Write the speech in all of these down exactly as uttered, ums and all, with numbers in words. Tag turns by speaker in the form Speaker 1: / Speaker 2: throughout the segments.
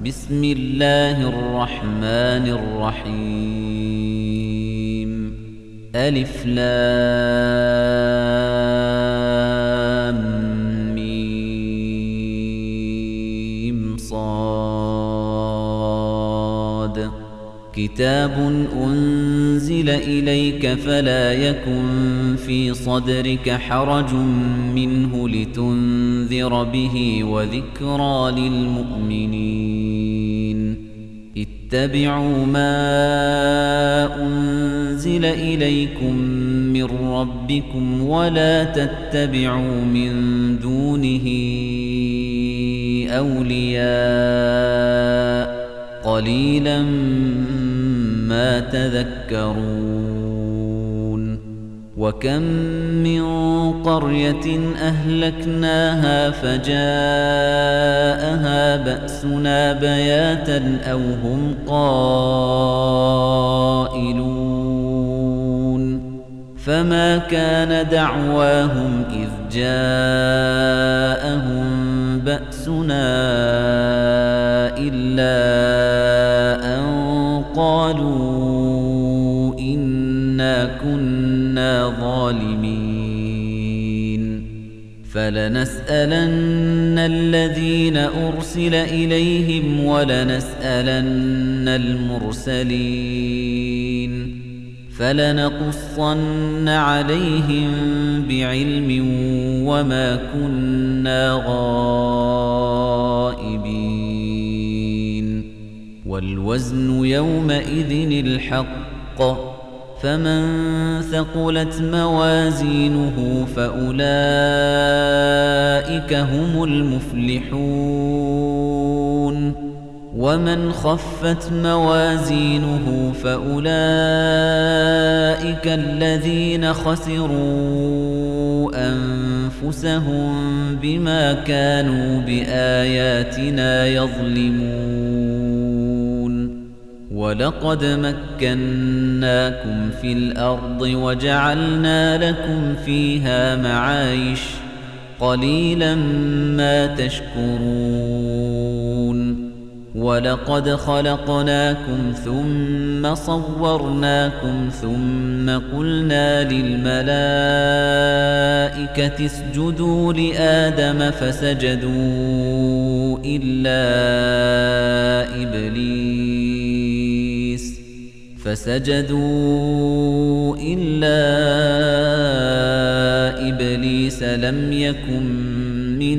Speaker 1: بسم الله الرحمن الرحيم ألف لام ميم صاد كتاب أنزل إليك فلا يكن في صدرك حرج منه لتنذر به وذكرى للمؤمنين اتبعوا ما أنزل إليكم من ربكم ولا تتبعوا من دونه أولياء قليلا ما تذكرون وكم من قرية أهلكناها فجاءها بأسنا بياتا أو هم قائلون فما كان دعواهم إذ جاءهم بأسنا إلا أن قالوا إنا كنا ظالمين فلنسألن الذين أرسل إليهم ولنسألن المرسلين فلنقصن عليهم بعلم وما كنا غائبين والوزن يومئذ الحق فمن ثقلت موازينه فأولئك هم المفلحون ومن خفت موازينه فأولئك الذين خسروا أنفسهم بما كانوا بآياتنا يظلمون ولقد مكناكم في الأرض وجعلنا لكم فيها معايش قليلا ما تشكرون ولقد خلقناكم ثم صورناكم ثم قلنا للملائكة اسجدوا لآدم فسجدوا إلا إبليس فسجدوا إلا إبليس لم يكن من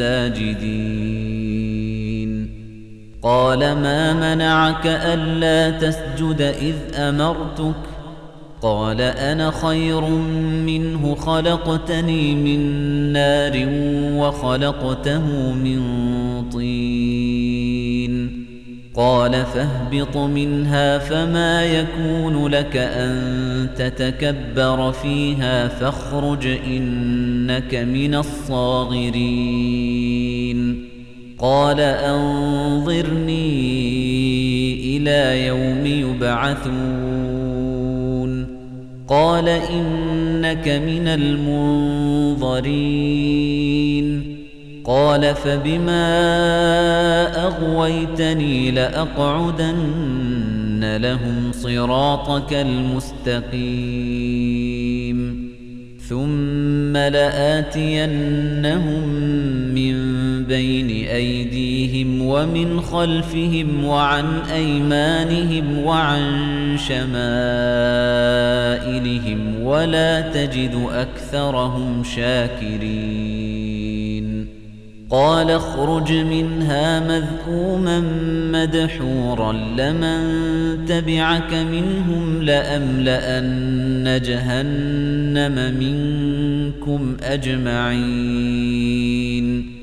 Speaker 1: الساجدين قال ما منعك ألا تسجد إذ أمرتك قال أنا خير منه خلقتني من نار وخلقته من طين قال فاهبط منها فما يكون لك أن تتكبر فيها فاخرج إنك من الصاغرين قال أنظرني إلى يوم يبعثون قال إنك من المنظرين قال فبما أغويتني لأقعدن لهم صراطك المستقيم ثم لآتينهم من بين أيديهم ومن خلفهم وعن أيمانهم وعن شمائلهم ولا تجد أكثرهم شاكرين قال اخرج منها مذءوما مدحورا لمن تبعك منهم لأملأن جهنم منكم أجمعين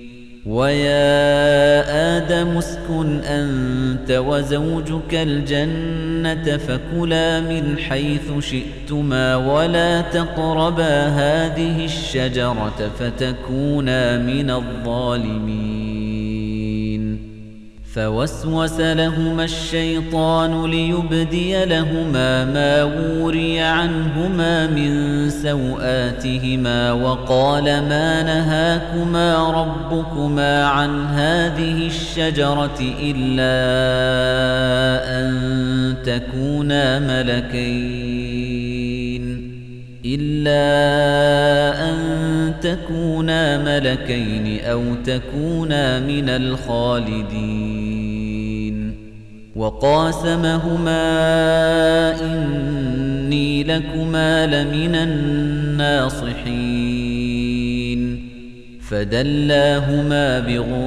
Speaker 1: ويا آدم اسكن أنت وزوجك الجنة فكلا من حيث شئتما ولا تقربا هذه الشجرة فتكونا من الظالمين فوسوس لهما الشيطان ليبدي لهما ما وري عنهما من سوآتهما وقال ما نهاكما ربكما عن هذه الشجرة إلا أن تكونا ملكين إلا أن تكونا ملكين أو تكونا من الخالدين وقاسمهما إني لكما لمن الناصحين فدلاهما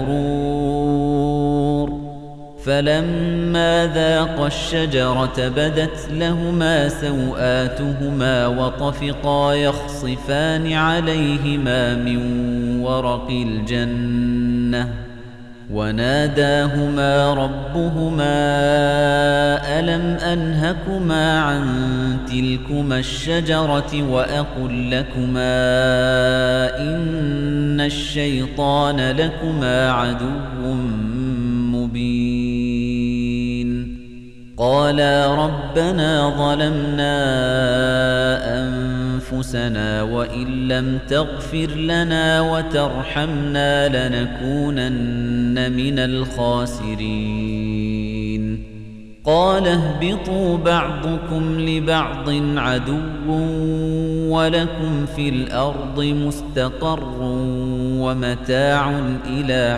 Speaker 1: بغرور فلما ذاقا الشجرة بدت لهما سوآتهما وطفقا يخصفان عليهما من ورق الجنة وناداهما ربهما ألم أنهكما عن تلكما الشجرة وأقل لكما إن الشيطان لكما عدو مبين قالا ربنا ظلمنا أنفسنا وإن لم تغفر لنا وترحمنا لنكونن من الخاسرين قال اهبطوا بعضكم لبعض عدو ولكم في الأرض مستقر ومتاع إلى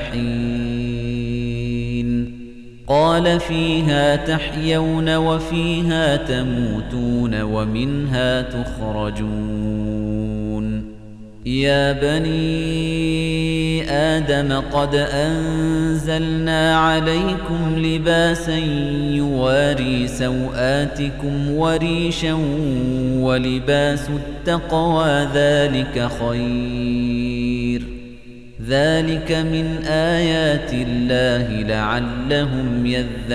Speaker 1: حين قال فيها تحيون وفيها تموتون ومنها تخرجون يا بني آدم قد أنزلنا عليكم لباسا يواري سوآتكم وريشا ولباس التقوى ذلك خير ذلك من آيات الله لعلهم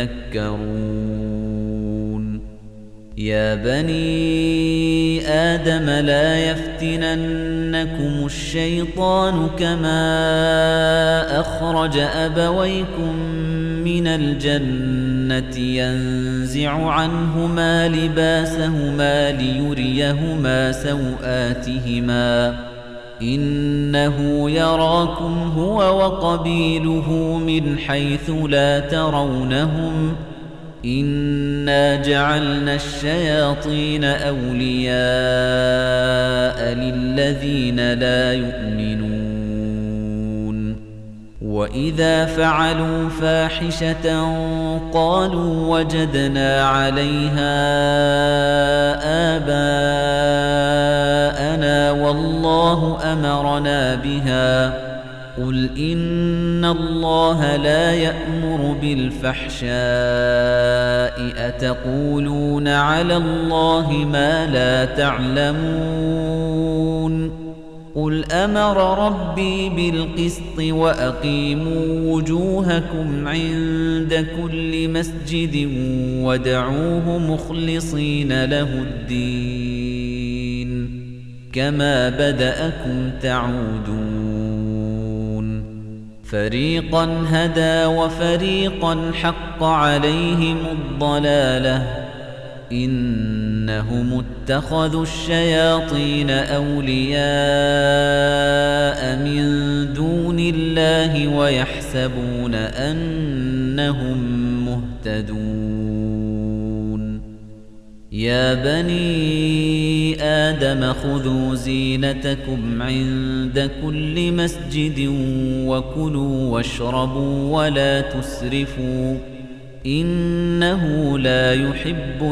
Speaker 1: يذكرون يا بني آدم لا يفتننكم الشيطان كما أخرج أبويكم من الجنة ينزع عنهما لباسهما ليريهما سوآتهما إنه يراكم هو وقبيله من حيث لا ترونهم إنا جعلنا الشياطين أولياء للذين لا يؤمنون وإذا فعلوا فاحشة قالوا وجدنا عليها آباءنا والله أمرنا بها قل إن الله لا يأمر بالفحشاء أتقولون على الله ما لا تعلمون قل أمر ربي بالقسط وأقيموا وجوهكم عند كل مسجد وادعوه مخلصين له الدين كما بدأكم تعودون فريقا هدى وفريقا حق عليهم الضلالة إنهم اتخذوا الشياطين أولياء من دون الله ويحسبون أنهم مهتدون يا بني آدم خذوا زينتكم عند كل مسجد وكلوا واشربوا ولا تسرفوا إنه لا يحب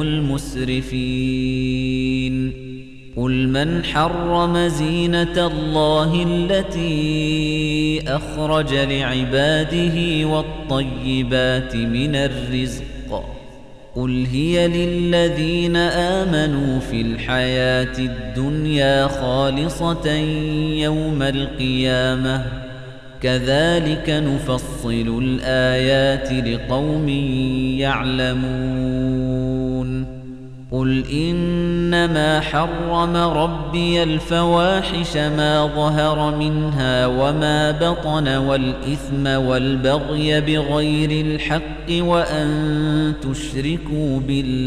Speaker 1: المسرفين قل من حرم زينة الله التي أخرج لعباده والطيبات من الرزق قل هي للذين آمنوا في الحياة الدنيا خالصة يوم القيامة كذلك نفصل الآيات لقوم يعلمون قل إنما حرم ربي الفواحش ما ظهر منها وما بطن والإثم والبغي بغير الحق وأن تشركوا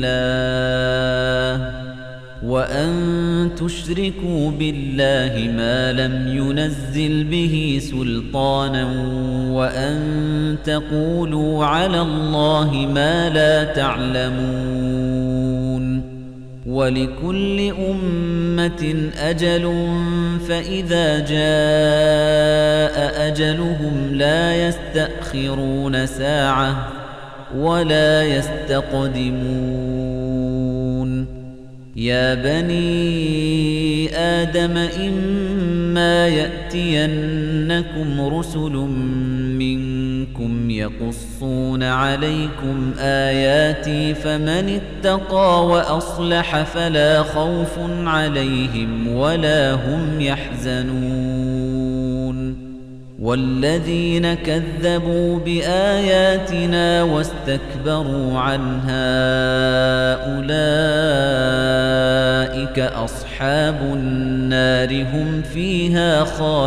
Speaker 1: بالله وأن تشركوا بالله ما لم ينزل به سلطانا وأن تقولوا على الله ما لا تعلمون ولكل أمة أجل فإذا جاء أجلهم لا يستأخرون ساعة ولا يستقدمون يا بني آدم إما يأتينكم رسل منكم يقصون عليكم آياتي فمن اتقى وأصلح فلا خوف عليهم ولا هم يحزنون والذين كذبوا بآياتنا واستكبروا عنها أولئك أصحاب النار هم فيها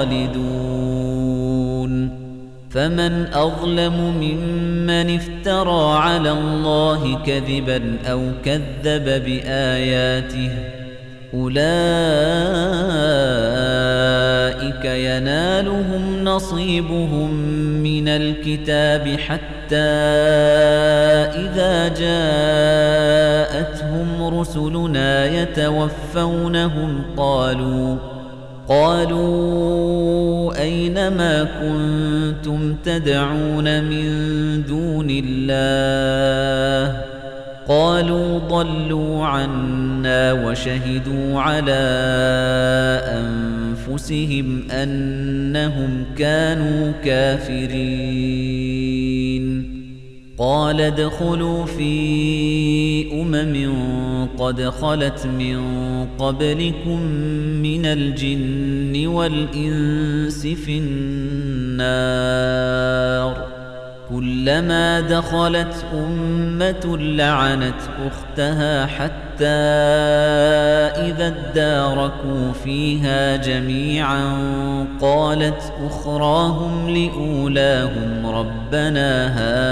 Speaker 1: خالدون فمن أظلم ممن افترى على الله كذبا أو كذب بآياته أولئك ينالهم نصيبهم من الكتاب حتى إذا جاءتهم رسلنا يتوفونهم قالوا قالوا أين ما كنتم تدعون من دون الله قالوا ضلوا عنا وشهدوا على أنفسهم أنهم كانوا كافرين قال ادخلوا في أمم قد خلت من قبلكم من الجن والإنس في النار كلما دخلت أمة لعنت أختها حتى إذا اداركوا فيها جميعا قالت أخراهم لأولاهم ربنا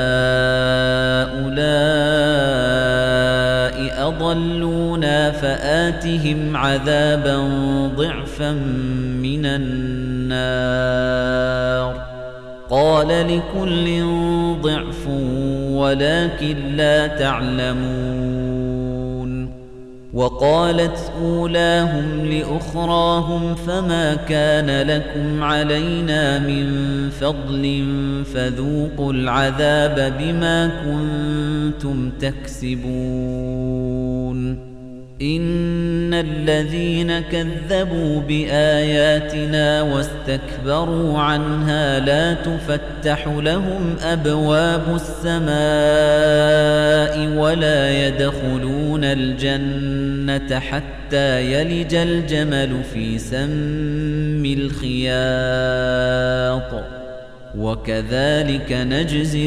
Speaker 1: هؤلاء أضلونا فآتهم عذابا ضعفا من النار قال لكل ضعف ولكن لا تعلمون وقالت أولاهم لأخراهم فما كان لكم علينا من فضل فذوقوا العذاب بما كنتم تكسبون إن الذين كذبوا بآياتنا واستكبروا عنها لا تفتح لهم أبواب السماء ولا يدخلون الجنة حتى يلج الجمل في سم الخياط وكذلك نجزي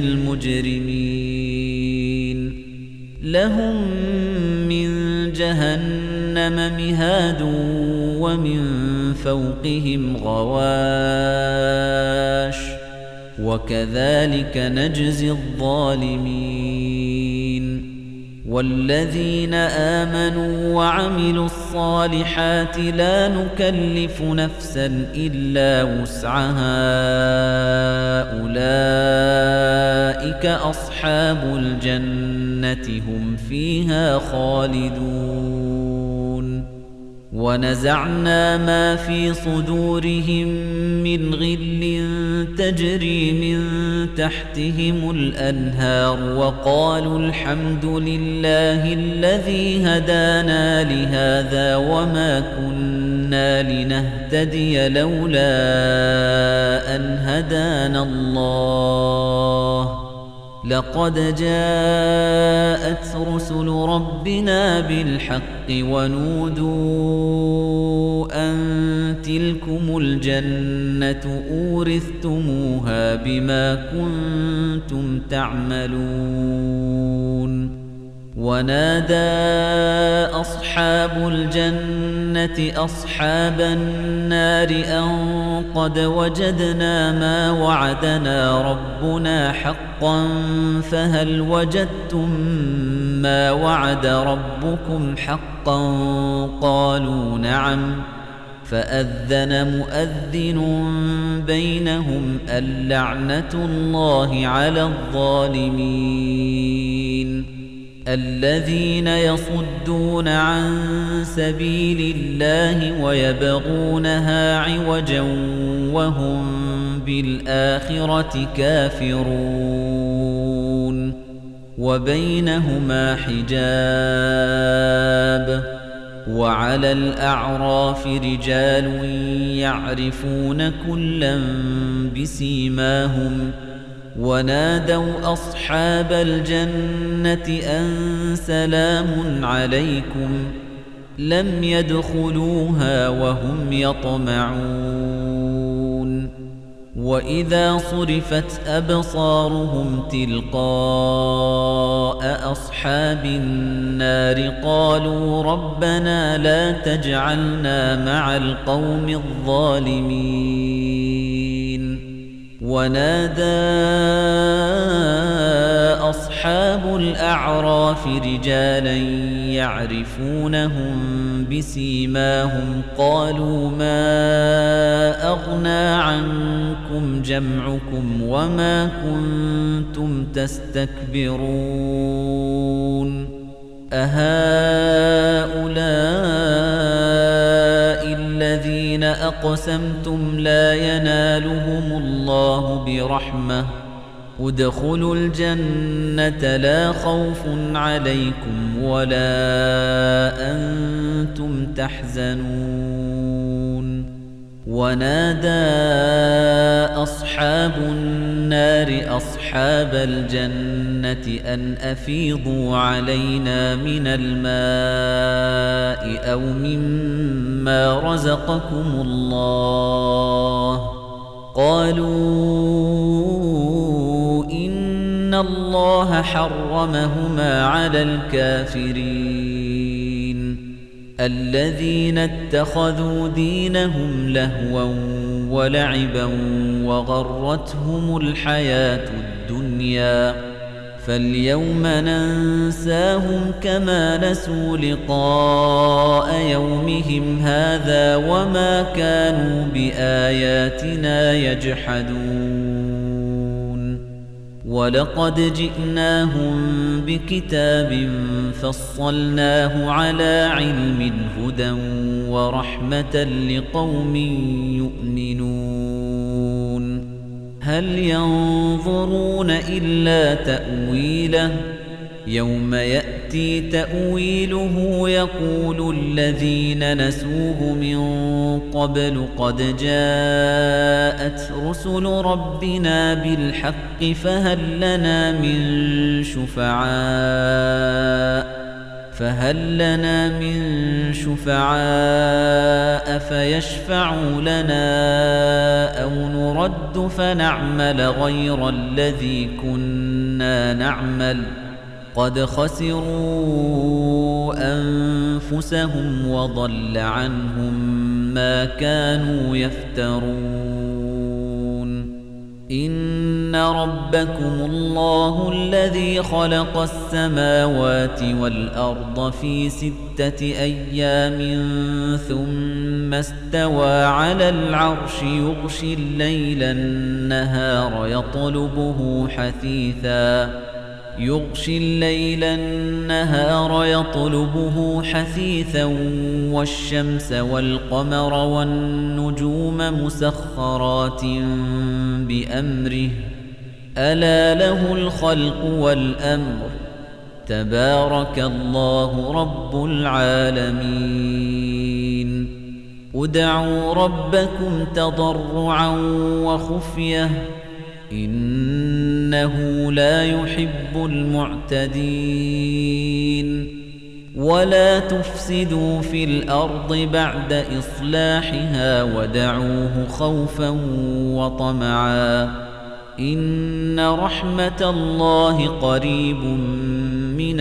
Speaker 1: المجرمين لهم من جهنم مهاد ومن فوقهم غواش وكذلك نجزي الظالمين والذين آمنوا وعملوا الصالحات لا نكلف نفسا إلا وسعها أولئك أصحاب الجنة هم فيها خالدون ونزعنا ما في صدورهم من غل تجري من تحتهم الأنهار وقالوا الحمد لله الذي هدانا لهذا وما كنا لنهتدي لولا أن هدانا الله لقد جاءت رسل ربنا بالحق ونودوا أن تلكم الجنة أورثتموها بما كنتم تعملون ونادى أصحاب الجنة أصحاب النار أن قد وجدنا ما وعدنا ربنا حقا فهل وجدتم ما وعد ربكم حقا قالوا نعم فأذن مؤذن بينهم اللعنة الله على الظالمين الذين يصدون عن سبيل الله ويبغونها عوجا وهم بالآخرة كافرون وبينهما حجاب وعلى الأعراف رجال يعرفون كلا بسيماهم ونادوا أصحاب الجنة أن سلام عليكم لم يدخلوها وهم يطمعون وإذا صرفت أبصارهم تلقاء أصحاب النار قالوا ربنا لا تجعلنا مع القوم الظالمين ونادى أصحاب الأعراف رجالا يعرفونهم بسيماهم قالوا ما أغنى عنكم جمعكم وما كنتم تستكبرون أهؤلاء الذين أقسمتم لا ينالهم الله برحمة ادخلوا الجنة لا خوف عليكم ولا أنتم تحزنون ونادى أصحاب النار أصحاب الجنة أن أفيضوا علينا من الماء أو مما رزقكم الله قالوا إن الله حرمهما على الكافرين الذين اتخذوا دينهم لهوا ولعبا وغرتهم الحياة الدنيا فاليوم ننساهم كما نسوا لقاء يومهم هذا وما كانوا بآياتنا يجحدون ولقد جئناهم بكتاب فصلناه على علم هدى ورحمة لقوم يؤمنون هل ينظرون إلا تأويله يوم يأتي تأويله يقول الذين نسوه من قبل قد جاءت رسل ربنا بالحق فهل لنا من شفعاء فهل لنا من شفعاء فيشفعوا لنا أو نرد فنعمل غير الذي كنا نعمل قد خسروا أنفسهم وضل عنهم ما كانوا يفترون إن ربكم الله الذي خلق السماوات والأرض في ستة أيام ثم استوى على العرش يغشي الليل النهار يطلبه حثيثا يغشي الليل النهار يطلبه حثيثا والشمس والقمر والنجوم مسخرات بأمره ألا له الخلق والأمر تبارك الله رب العالمين ادعوا ربكم تضرعا وخفية إنه لا يحب المعتدين ولا تفسدوا في الأرض بعد إصلاحها ودعوه خوفا وطمعا إن رحمة الله قريب من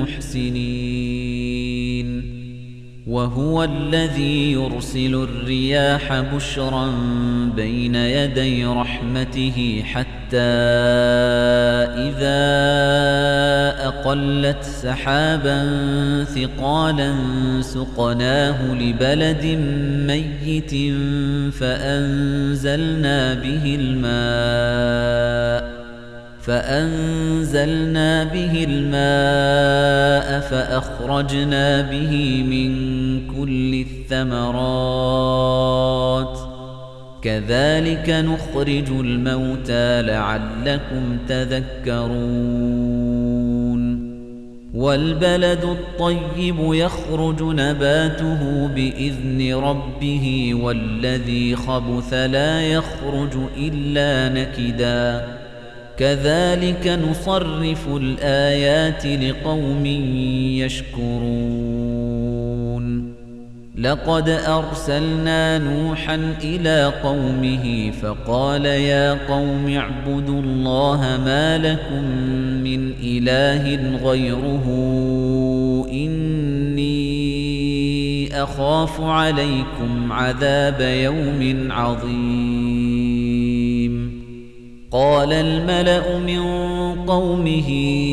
Speaker 1: المحسنين وهو الذي يرسل الرياح بشرا بين يدي رحمته حتى إذا أقلت سحابا ثقالا سقناه لبلد ميت فأنزلنا به الماء فأنزلنا به الماء فأخرجنا به من كل الثمرات كذلك نخرج الموتى لعلكم تذكرون والبلد الطيب يخرج نباته بإذن ربه والذي خبث لا يخرج إلا نكدا كذلك نصرف الآيات لقوم يشكرون لقد أرسلنا نوحا إلى قومه فقال يا قوم اعبدوا الله ما لكم من إله غيره إني أخاف عليكم عذاب يوم عظيم قال الملأ من قومه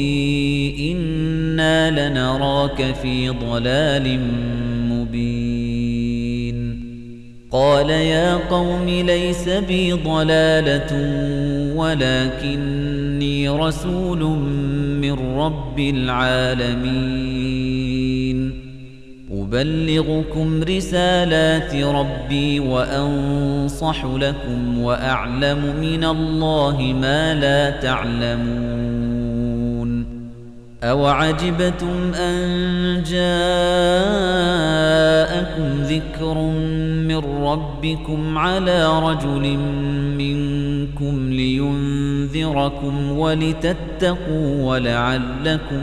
Speaker 1: إنا لنراك في ضلال مبين قال يا قوم ليس بي ضلالة ولكني رسول من رب العالمين أبلغكم رسالات ربي وأنصح لكم وأعلم من الله ما لا تعلمون أوعجبتم أن جاءكم ذكر من ربكم على رجل منكم لينذركم ولتتقوا ولعلكم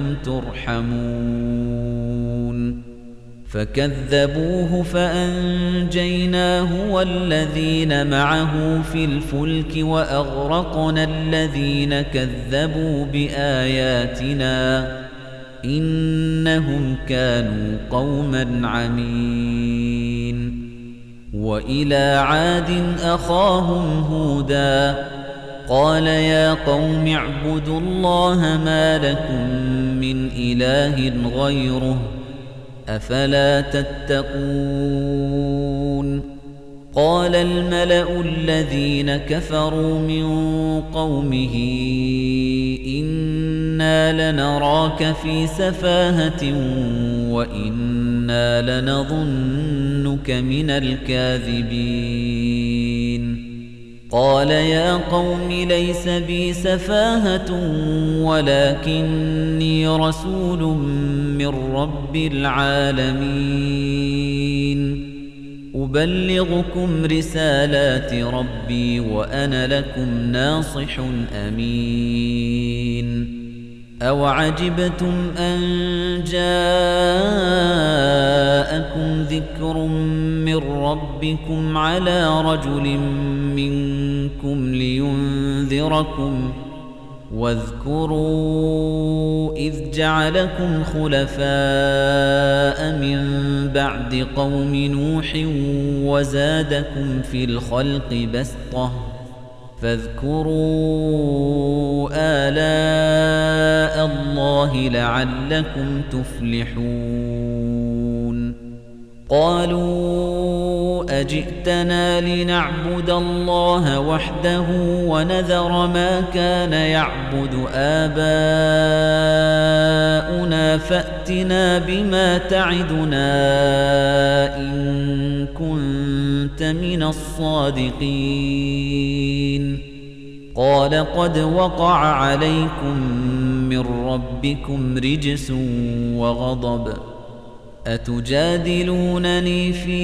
Speaker 1: ترحمون فكذبوه فأنجيناه والذين معه في الفلك وأغرقنا الذين كذبوا بآياتنا إنهم كانوا قوما عمين وإلى عاد أخاهم هودا قال يا قوم اعبدوا الله ما لكم من إله غيره أفلا تتقون قال الملأ الذين كفروا من قومه إنا لنراك في سفاهة وإنا لنظنك من الكاذبين قال يا قوم ليس بي سفاهة ولكني رسول من رب العالمين أبلغكم رسالات ربي وأنا لكم ناصح أمين أوعجبتم أن جاءكم ذكر من ربكم على رجل منكم لينذركم واذكروا إذ جعلكم خلفاء من بعد قوم نوح وزادكم في الخلق بسطة فاذكروا آلاء الله لعلكم تفلحون قالوا أجئتنا لنعبد الله وحده ونذر ما كان يعبد آباؤنا فأتنا بما تعدنا إن كنت من الصادقين قال قد وقع عليكم من ربكم رجس وغضب أتجادلونني في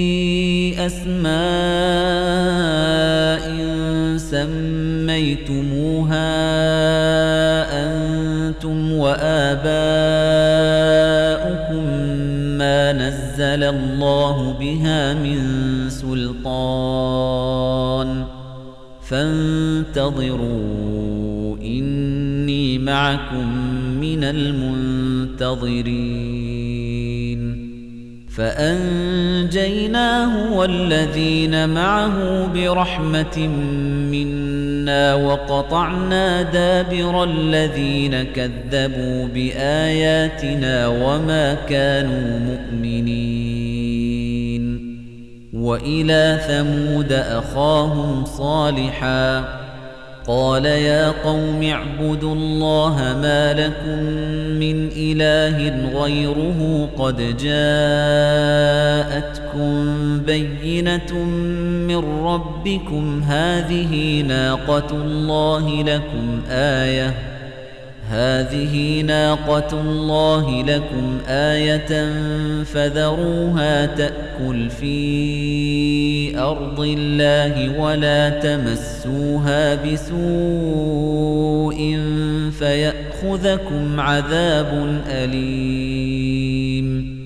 Speaker 1: أسماء سميتموها أنتم وآباؤكم ما نزل الله بها من سلطان فانتظروا إني معكم من المنتظرين فأنجيناه والذين معه برحمة منا وقطعنا دابر الذين كذبوا بآياتنا وما كانوا مؤمنين وإلى ثمود أخاهم صالحا قال يا قوم اعبدوا الله ما لكم من إله غيره قد جاءتكم بينة من ربكم هذه ناقة الله لكم آية هذه ناقة الله لكم آية فذروها تأكل في أرض الله ولا تمسوها بسوء فيأخذكم عذاب أليم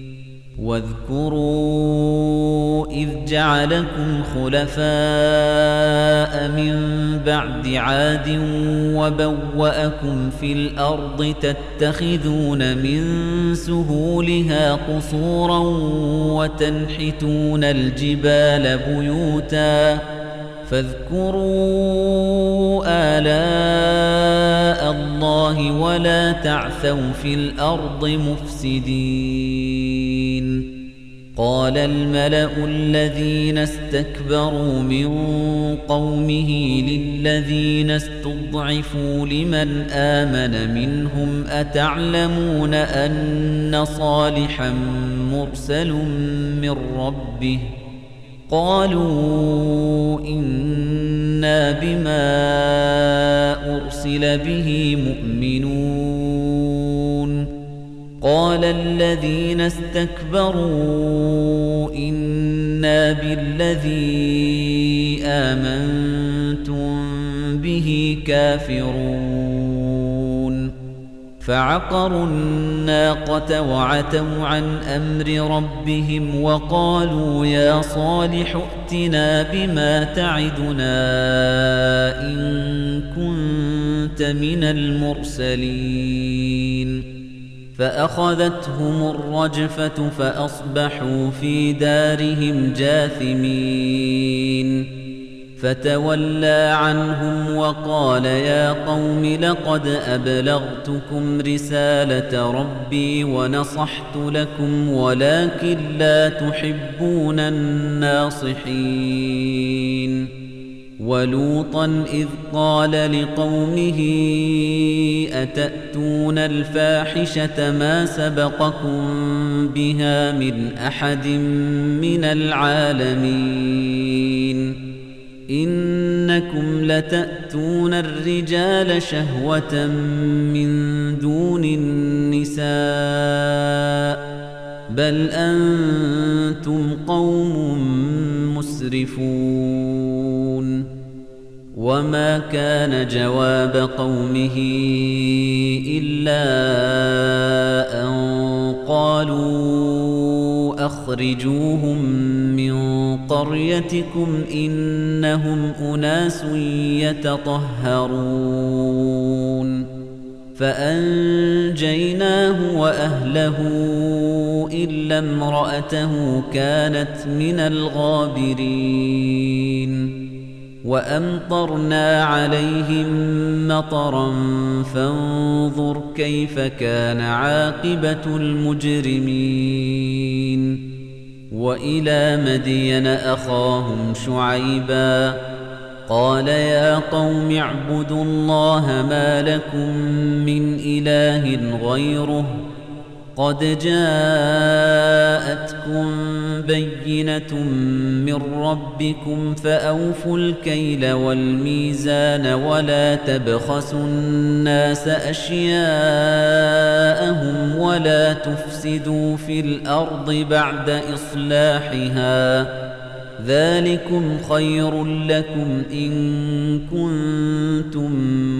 Speaker 1: واذكروا إذ جعلكم خلفاء من بعد عاد وبوأكم في الأرض تتخذون من سهولها قصورا وتنحتون الجبال بيوتا فاذكروا آلاء الله ولا تعثوا في الأرض مفسدين قال الملأ الذين استكبروا من قومه للذين استضعفوا لمن آمن منهم أتعلمون أن صالحا مرسل من ربه قالوا إنا بما أرسل به مؤمنون قال الذين استكبروا إنا بالذي آمنتم به كافرون فعقروا الناقة وعتوا عن أمر ربهم وقالوا يا صالح ائتنا بما تعدنا إن كنت من المرسلين فأخذتهم الرجفة فأصبحوا في دارهم جاثمين فتولى عنهم وقال يا قوم لقد أبلغتكم رسالة ربي ونصحت لكم ولكن لا تحبون الناصحين ولوطا إذ قال لقومه أتأتون الفاحشة ما سبقكم بها من أحد من العالمين إنكم لتأتون الرجال شهوة من دون النساء بل أنتم قوم مسرفون وما كان جواب قومه إلا أن قالوا أخرجوهم من قريتكم إنهم أناس يتطهرون فأنجيناه وأهله إلا امرأته كانت من الغابرين وأمطرنا عليهم مطرا فانظر كيف كان عاقبة المجرمين وإلى مدين أخاهم شعيبا قال يا قوم اعبدوا الله ما لكم من إله غيره قد جاءتكم بينة من ربكم فأوفوا الكيل والميزان ولا تبخسوا الناس أشياءهم ولا تفسدوا في الأرض بعد إصلاحها ذلكم خير لكم إن كنتم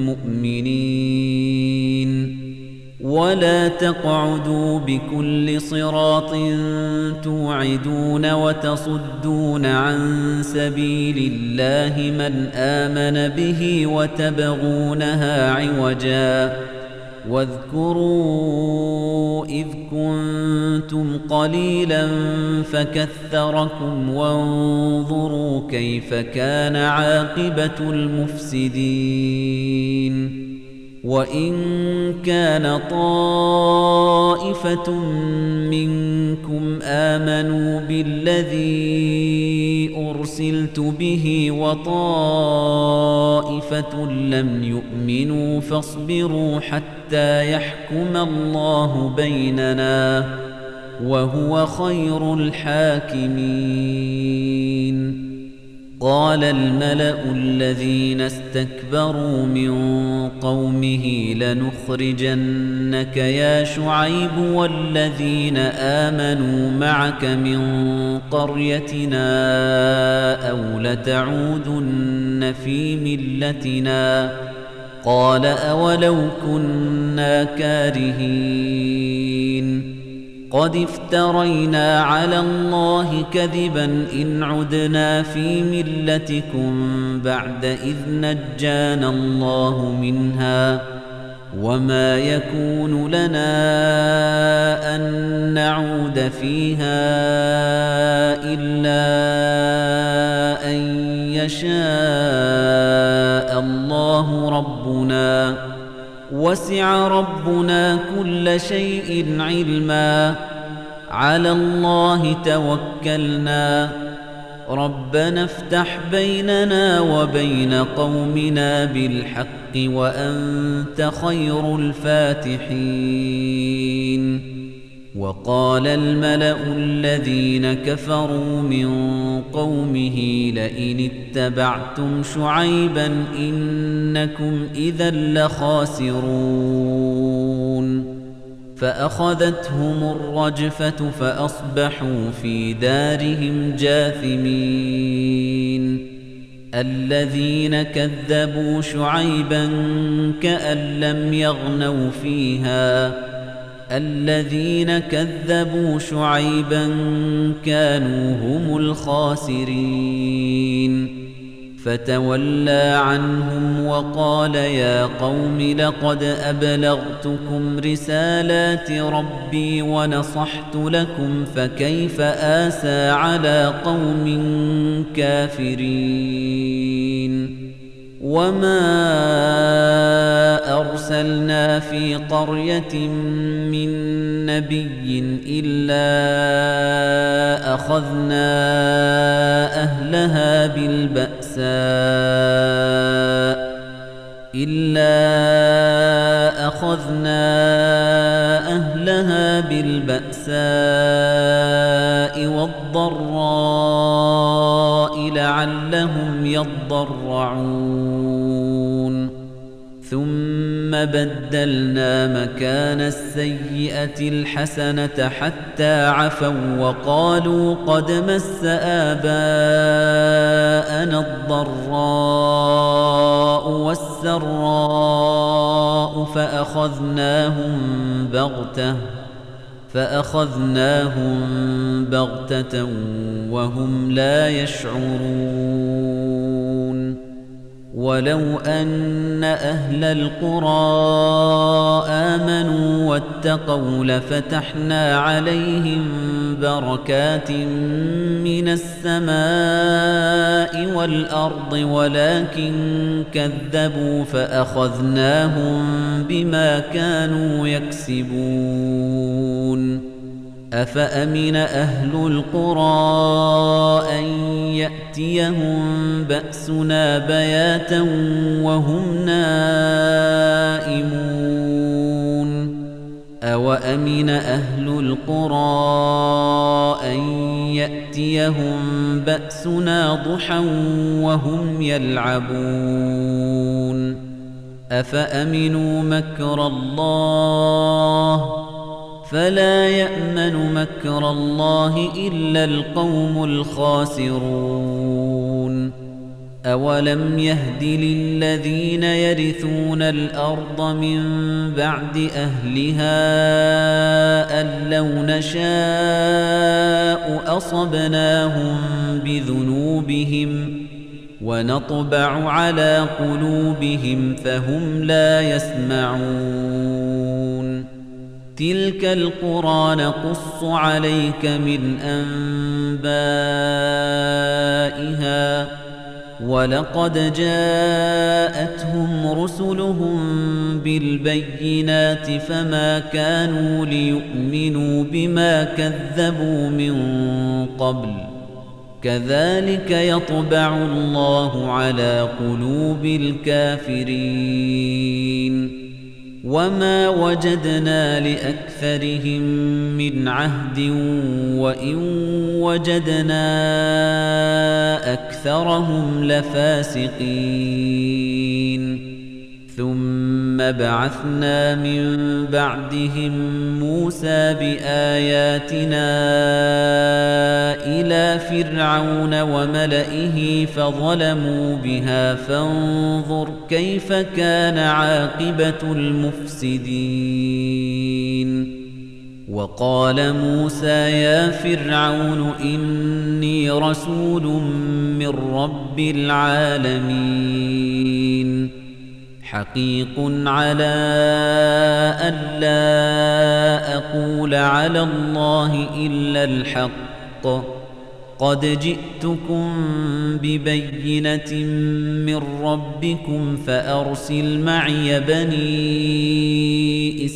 Speaker 1: مؤمنين ولا تقعدوا بكل صراط توعدون وتصدون عن سبيل الله من آمن به وتبغونها عوجا واذكروا إذ كنتم قليلا فكثركم وانظروا كيف كان عاقبة المفسدين وإن كان طائفة منكم آمنوا بالذي أرسلت به وطائفة لم يؤمنوا فاصبروا حتى يحكم الله بيننا وهو خير الحاكمين. قال الملأ الذين استكبروا من قومه لنخرجنك يا شعيب والذين آمنوا معك من قريتنا أو لتعودن في ملتنا قال أولو كنا كارهين قد افترينا على الله كذبا إن عدنا في ملتكم بعد إذ نجانا الله منها وما يكون لنا أن نعود فيها إلا أن يشاء الله ربنا وسع ربنا كل شيء علما على الله توكلنا ربنا افتح بيننا وبين قومنا بالحق وأنت خير الفاتحين. وقال الملأ الذين كفروا من قومه لئن اتبعتم شعيبا إنكم إذا لخاسرون فأخذتهم الرجفة فأصبحوا في دارهم جاثمين. الذين كذبوا شعيبا كأن لم يغنوا فيها الذين كذبوا شعيبا كانوا هم الخاسرين فتولى عنهم وقال يا قوم لقد أبلغتكم رسالات ربي ونصحت لكم فكيف آسى على قوم كافرين. وما أرسلنا في قرية من نبي إلا أخذنا أهلها بالبأساء إلا أخذنا أهلها بالبأساء والضراء لعلهم يضرعون ثم بدلنا مكان السيئة الحسنة حتى عفوا وقالوا قد مس آباءنا الضراء والسراء فأخذناهم بغتة فأخذناهم بغتة وهم لا يشعرون. ولو أن أهل القرى آمنوا واتقوا لفتحنا عليهم بركات من السماء والأرض ولكن كذبوا فأخذناهم بما كانوا يكسبون. أفأمن أهل القرى أن يأتيهم بأسنا بياتا وهم نائمون أوأمن أهل القرى أن يأتيهم بأسنا ضحى وهم يلعبون أفأمنوا مكر الله فلا يأمن مكر الله إلا القوم الخاسرون. أولم يهد للذين يرثون الأرض من بعد أهلها أن لو نشاء أصبناهم بذنوبهم ونطبع على قلوبهم فهم لا يسمعون تلك القرى نقص عليك من أنبائها ولقد جاءتهم رسلهم بالبينات فما كانوا ليؤمنوا بما كذبوا من قبل كذلك يطبع الله على قلوب الكافرين وما وجدنا لأكثرهم من عهد وإن وجدنا أكثرهم لفاسقين ثم بعثنا من بعدهم موسى بآياتنا إلى فرعون وملئه فظلموا بها فانظر كيف كان عاقبة المفسدين وقال موسى يا فرعون إني رسول من رب العالمين حقيق على ألا أقول على الله إلا الحق قد جئتكم ببينة من ربكم فأرسل معي بني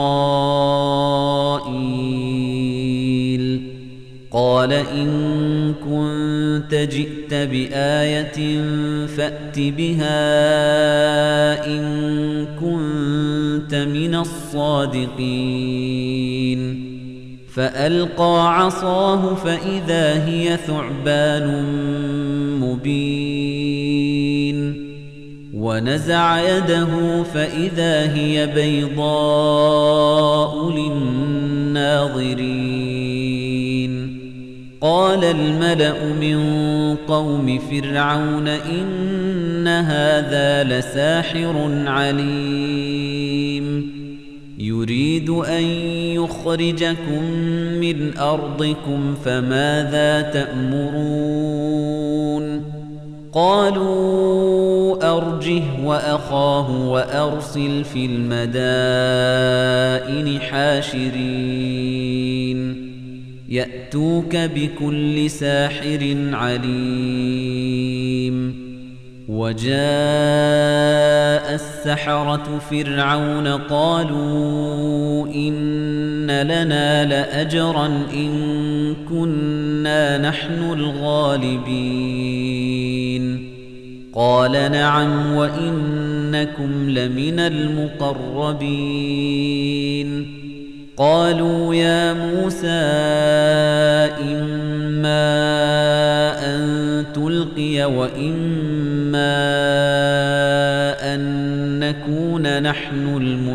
Speaker 1: إسرائيل قال إن كنت جئت بآية فأت بها إن كنت من الصادقين فألقى عصاه فإذا هي ثعبان مبين ونزع يده فإذا هي بيضاء للناظرين قال الملأ من قوم فرعون إن هذا لساحر عليم يريد أن يخرجكم من أرضكم فماذا تأمرون قالوا أرجه وأخاه وأرسل في المدائن حاشرين يأتوك بكل ساحر عليم وجاء السحرة فرعون قالوا إن لنا لأجرا إن كنا نحن الغالبين قال نعم وإنكم لمن المقربين قالوا يا موسى إما أن تلقي وإما أن نكون نحن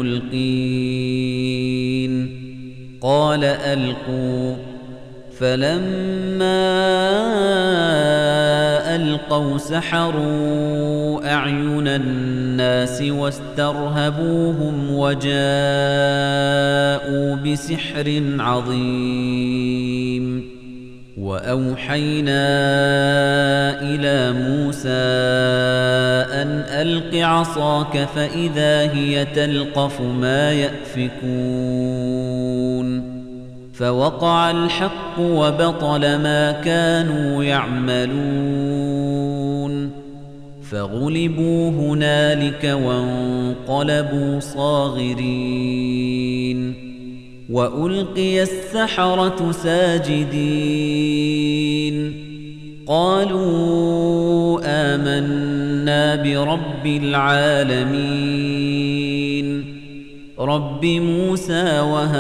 Speaker 1: الملقين قال ألقوا فلما ألقوا سحروا أعين الناس واسترهبوهم وجاءوا بسحر عظيم وأوحينا إلى موسى أن ألق عصاك فإذا هي تلقف ما يأفكون فوقع الحق وبطل ما كانوا يعملون فغلبوا هنالك وانقلبوا صاغرين وألقي السحرة ساجدين قالوا آمنا برب العالمين رب موسى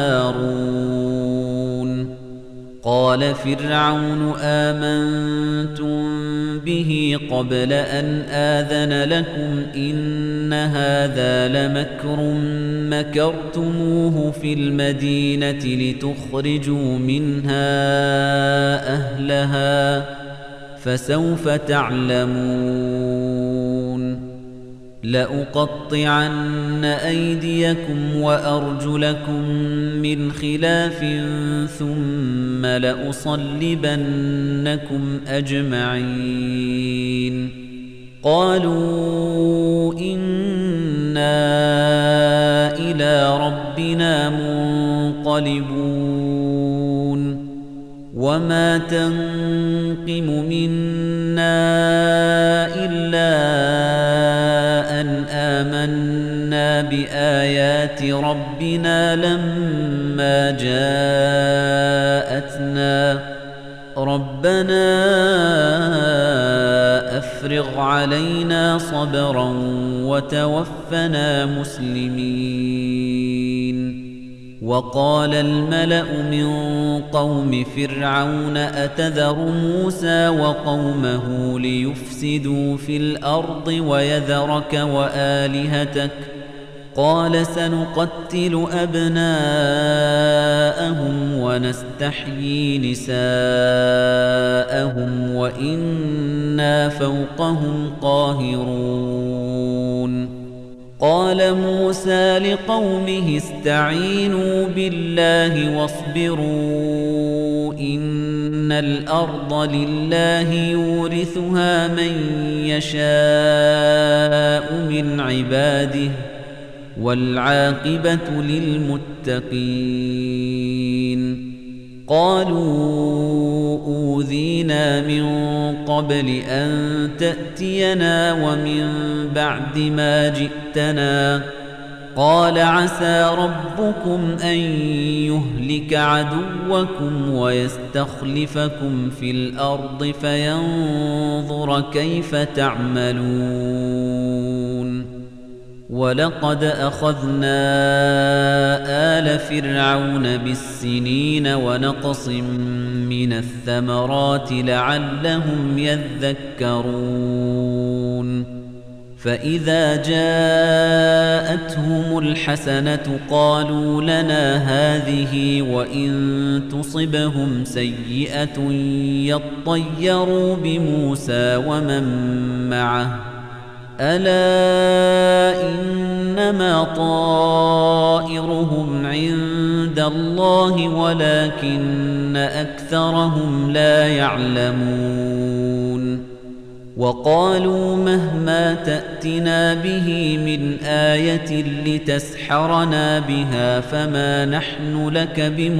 Speaker 1: وهارون قال فرعون آمنتم به قبل أن آذن لكم إن هذا لمكر مكرتموه في المدينة لتخرجوا منها أهلها فسوف تعلمون لأقطعن أيديكم وأرجلكم من خلاف ثم لأصلبنكم أجمعين قالوا إن إِنَّا إِلَى رَبِّنَا مُنقَلِبُونَ وَمَا تَنقِمُ مِنَّا إِلَّا أَنْ آمَنَّا بِآيَاتِ رَبِّنَا لَمَّا جَاءَتْنَا رَبَّنَا أَفْرِغْ عَلَيْنَا صَبْرًا وَتَوَفَّنَا مُسْلِمِينَ وَقَالَ الْمَلَأُ مِنْ قَوْمِ فِرْعَوْنَ أَتَذَرُ مُوسَى وَقَوْمَهُ لِيُفْسِدُوا فِي الْأَرْضِ وَيَذَرَكَ وَآلِهَتَكَ قَالَ سَنُقَتِّلُ أَبْنَاءَهُمْ وَنَسْتَحْيِي نِسَاءَهُمْ وَإِنَّا فَوْقَهُمْ قَاهِرُونَ قال موسى لقومه استعينوا بالله واصبروا إن الأرض لله يورثها من يشاء من عباده والعاقبة للمتقين قالوا أوذينا من قبل أن تأتينا ومن بعد ما جئتنا قال عسى ربكم أن يهلك عدوكم ويستخلفكم في الأرض فينظر كيف تعملون ولقد أخذنا آل فرعون بالسنين ونقص من الثمرات لعلهم يذكرون فإذا جاءتهم الحسنة قالوا لنا هذه وإن تصبهم سيئة يطيروا بموسى ومن معه ألا إنما طائرهم عند الله ولكن أكثرهم لا يعلمون وقالوا مهما تأتنا به من آية لتسحرنا بها فما نحن لك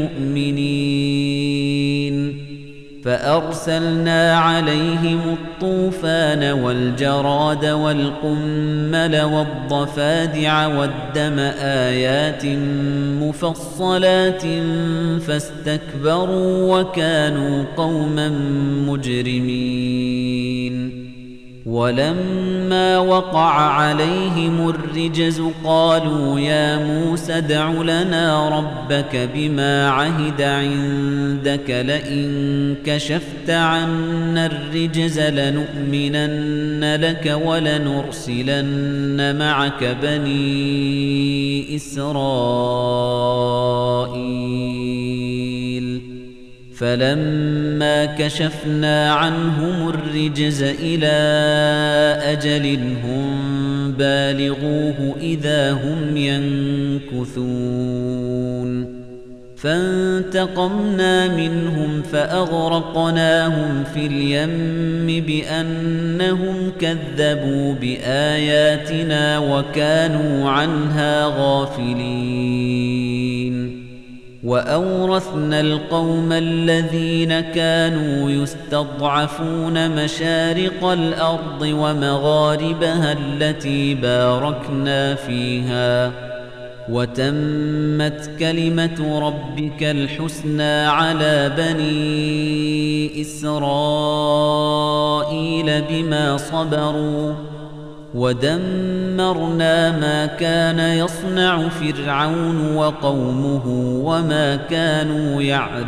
Speaker 1: بمؤمنين فأرسلنا عليهم الطوفان والجراد والقمل والضفادع والدم آيات مفصلات فاستكبروا وكانوا قوما مجرمين ولما وقع عليهم الرجز قالوا يا موسى ادع لنا ربك بما عهد عندك لئن كشفت عنا الرجز لنؤمنن لك ولنرسلن معك بني إسرائيل فلما كشفنا عنهم الرجز إلى أجل هم بالغوه إذا هم ينكثون فانتقمنا منهم فأغرقناهم في اليم بأنهم كذبوا بآياتنا وكانوا عنها غافلين وأورثنا القوم الذين كانوا يستضعفون مشارق الأرض ومغاربها التي باركنا فيها وتمت كلمة ربك الحسنى على بني إسرائيل بما صبروا ودمرنا ما كان يصنع فرعون وقومه وما كانوا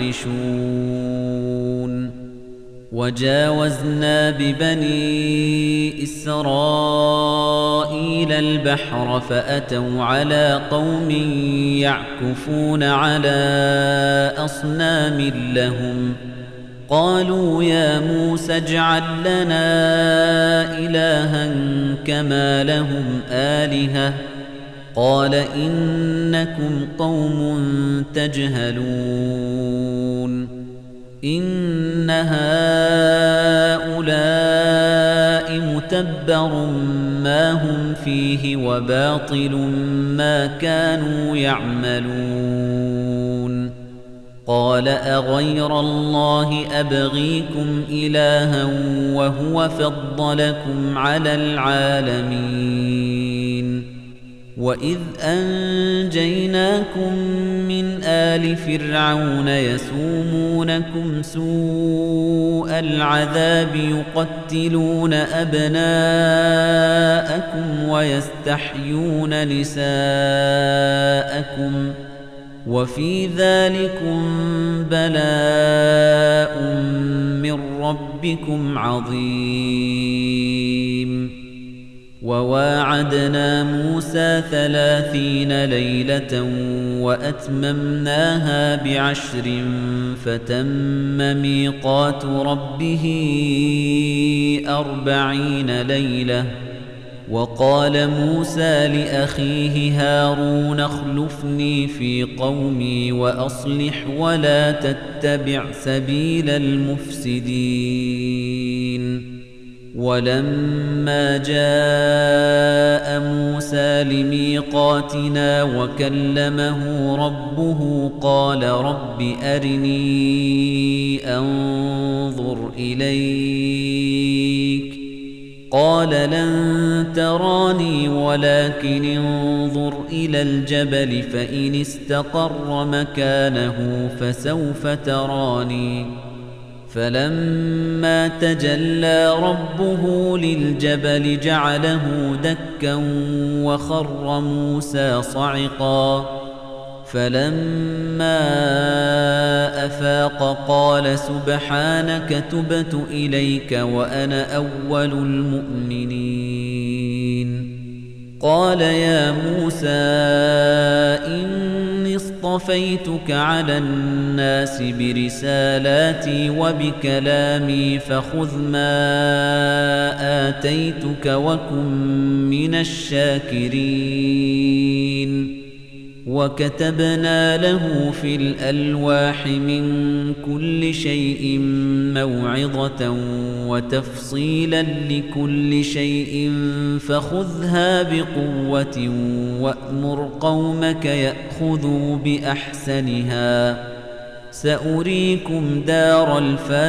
Speaker 1: يعرشون وجاوزنا ببني إسرائيل البحر فأتوا على قوم يعكفون على أصنام لهم قالوا يا موسى اجعل لنا إلها كما لهم آلهة قال إنكم قوم تجهلون إن هؤلاء مُتَبَّرٌ مَا هُمْ فِيهِ وَبَاطِلٌ مَا كَانُوا يَعْمَلُونَ قَالَ أَغَيْرَ اللَّهِ أَبْغِيكُمْ إِلَٰهًا وَهُوَ فَضَّلَكُمْ عَلَى الْعَالَمِينَ وَإِذْ أَنجَيْنَاكُم مِّنْ آلِ فِرْعَوْنَ يَسُومُونَكُمْ سُوءَ الْعَذَابِ يُقَتِّلُونَ أَبْنَاءَكُمْ وَيَسْتَحْيُونَ نِسَاءَكُمْ وَفِي ذَلِكُمْ بَلَاءٌ مِّن رَّبِّكُمْ عَظِيمٌ وَوَاعَدْنَا مُوسَىٰ ثَلَاثِينَ لَيْلَةً وَأَتْمَمْنَاهَا بِعَشْرٍ فَتَمَّ مِيقَاتُ رَبِّهِ أَرْبَعِينَ لَيْلَةً وَقَالَ مُوسَىٰ لِأَخِيهِ هَارُونَ اخْلُفْنِي فِي قَوْمِي وَأَصْلِحْ وَلَا تَتَّبِعْ سَبِيلَ الْمُفْسِدِينَ وَلَمَّا جَاءَ مُوسَىٰ لِمِيقَاتِنَا وَكَلَّمَهُ رَبُّهُ قَالَ رَبِّ أَرِنِي أَنظُرْ إِلَيْكَ قَالَ لَن تَرَانِي وَلَكِنِ انظُرْ إِلَى الْجَبَلِ فَإِنِ اسْتَقَرَّ مَكَانَهُ فَسَوْفَ تَرَانِي فَلَمَّا تَجَلَّىٰ رَبُّهُ لِلْجَبَلِ جَعَلَهُ دَكًّا وَخَرَّ مُوسَىٰ صَعِقًا فَلَمَّا أَفَاقَ قَالَ سُبْحَانَكَ تُبْتُ إِلَيْكَ وَأَنَا أَوَّلُ الْمُؤْمِنِينَ قَالَ يَا مُوسَىٰ إِنِّي اصْطَفَيْتُكَ عَلَى النَّاسِ بِرِسَالَاتِي وَبِكَلَامِي فَخُذْ مَا آتَيْتُكَ وَكُن مِّنَ الشَّاكِرِينَ وَكَتَبْنَا لَهُ فِي الْأَلْوَاحِ مِن كُلِّ شَيْءٍ مَّوْعِظَةً وَتَفْصِيلًا لِّكُلِّ شَيْءٍ فَخُذْهَا بِقُوَّةٍ وَأْمُرْ قَوْمَكَ يَأْخُذُوا بِأَحْسَنِهَا سَأُرِيكُمْ دَارَ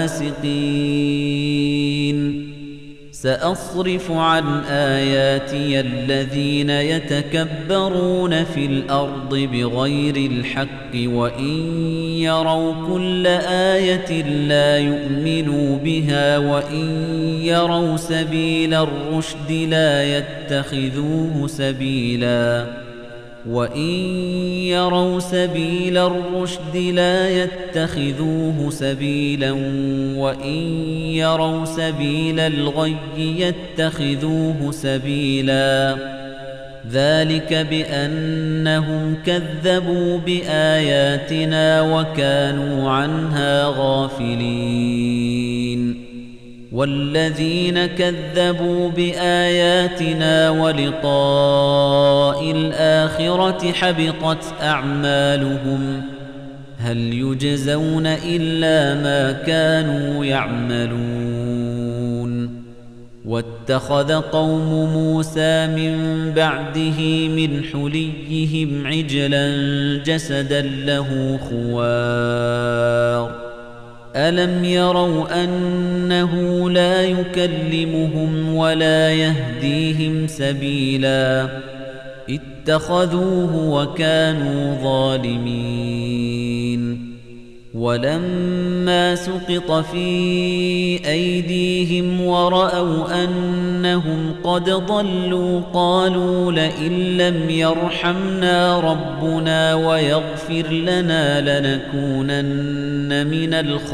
Speaker 1: الْفَاسِقِينَ سَأَصْرِفُ عَنْ آيَاتِيَ الَّذِينَ يَتَكَبَّرُونَ فِي الْأَرْضِ بِغَيْرِ الْحَقِّ وَإِن يَرَوْا كُلَّ آيَةٍ لَّا يُؤْمِنُوا بِهَا وَإِن يَرَوْا سَبِيلَ الرُّشْدِ لَا يَتَّخِذُوهُ سَبِيلًا وَإِن يَرَوْا سَبِيلَ الرُّشْدِ لَا يَتَّخِذُوهُ سَبِيلًا وَإِن يَرَوْا سَبِيلَ الْغَيِّ يَتَّخِذُوهُ سَبِيلًا ذَلِكَ بِأَنَّهُمْ كَذَّبُوا بِآيَاتِنَا وَكَانُوا عَنْهَا غَافِلِينَ وَالَّذِينَ كَذَّبُوا بِآيَاتِنَا وَلِقَاءِ الْآخِرَةِ حَبِطَتْ أَعْمَالُهُمْ هَلْ يُجْزَوْنَ إِلَّا مَا كَانُوا يَعْمَلُونَ وَاتَّخَذَ قَوْمُ مُوسَىٰ مِن بَعْدِهِ مِنْ حُلِيِّهِمْ عِجْلًا جَسَدًا لَّهُ خُوَارٌ أَلَمْ يَرَوْا أَنَّهُ لَا يُكَلِّمُهُمْ وَلَا يَهْدِيهِمْ سَبِيلًا اتَّخَذُوهُ وَكَانُوا ظَالِمِينَ وَلَمَّا سُقِطَ فِي أَيْدِيهِمْ وَرَأَوْا أَنَّهُمْ قَدْ ضَلُّوا قَالُوا لَئِن لَّمْ يَرْحَمْنَا رَبُّنَا وَيَغْفِرْ لَنَا لَنَكُونَنَّ مِنَ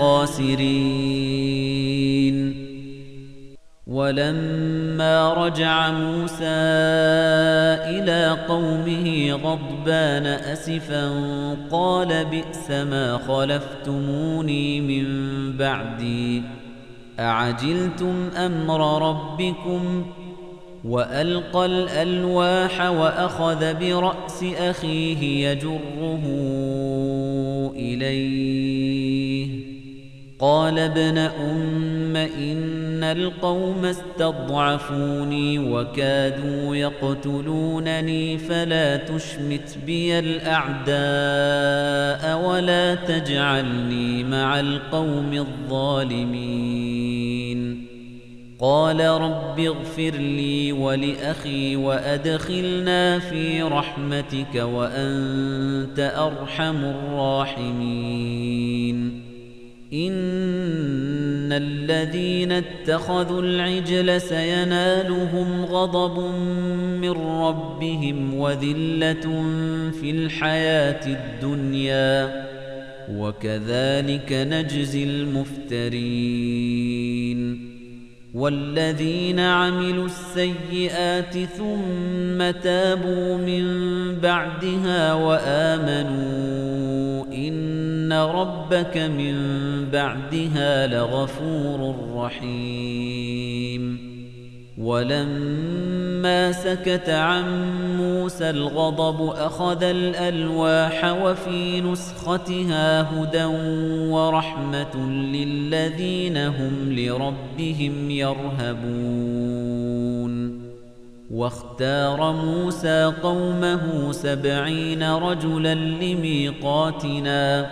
Speaker 1: الْخَاسِرِينَ وَلَمَّا رَجَعَ مُوسَىٰ إِلَىٰ قَوْمِهِ غَضْبَانَ أَسِفًا قَالَ بِئْسَ مَا خَلَفْتُمُونِي مِن بَعْدِي أَعَجِلْتُمْ أَمْرَ رَبِّكُمْ وَأَلْقَى الْأَلْوَاحَ وَأَخَذَ بِرَأْسِ أَخِيهِ يَجُرُّهُ إِلَيْهِ قَالَ ابْنَ أُمَّ إِنَّ القوم استضعفوني وكادوا يقتلونني فلا تشمت بي الأعداء ولا تجعلني مع القوم الظالمين قال رب اغفر لي ولأخي وأدخلنا في رحمتك وأنت أرحم الراحمين إن الذين اتخذوا العجل سينالهم غضب من ربهم وذلة في الحياة الدنيا وكذلك نجزي المفترين والذين عملوا السيئات ثم تابوا من بعدها وآمنوا إن ربك من بعدها لغفور رحيم ولما سكت عن موسى الغضب أخذ الألواح وفي نسختها هدى ورحمة للذين هم لربهم يرهبون واختار موسى قومه سبعين رجلا لميقاتنا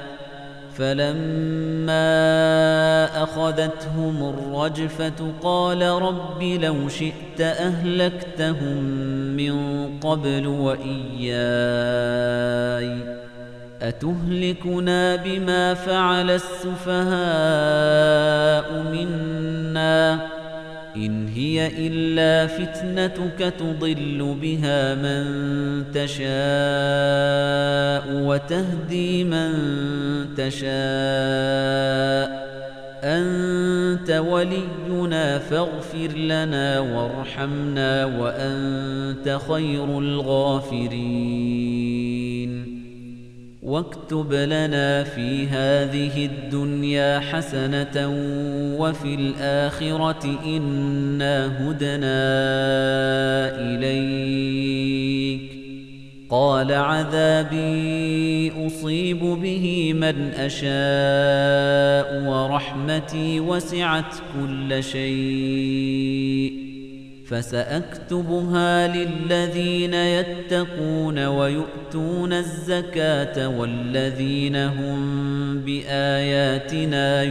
Speaker 1: فلما أخذتهم الرجفة قال رب لو شئت أهلكتهم من قبل وإياي أتهلكنا بما فعل السفهاء منا إن هي إلا فتنتك تضل بها من تشاء وتهدي من تشاء أنت ولينا فاغفر لنا وارحمنا وأنت خير الغافرين واكتب لنا في هذه الدنيا حسنة وفي الآخرة إنا هدنا إليك قال عذابي أصيب به من أشاء ورحمتي وسعت كل شيء فسأكتبها للذين يتقون ويؤتون الزكاة والذين هم بآياتنا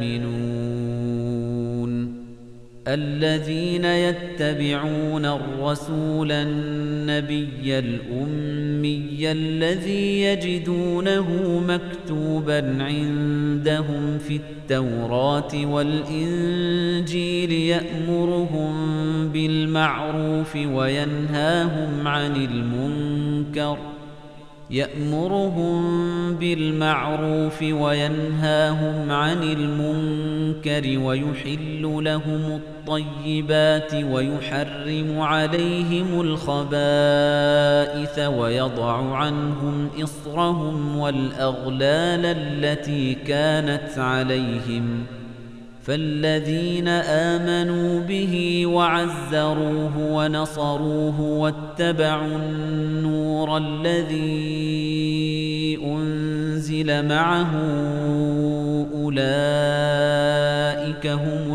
Speaker 1: يؤمنون الذين يتبعون الرسول النبي الأمي الذي يجدونه مكتوبا عندهم في التوراة والإنجيل يأمرهم بالمعروف وينهاهم عن المنكر يأمرهم بالمعروف وينهاهم عن المنكر ويحل لهم الطيبات ويحرم عليهم الخبائث ويضع عنهم إصرهم والأغلال التي كانت عليهم فالذين آمنوا به وعزروه ونصروه واتبعوا النور الذي أنزل معه أولئك هم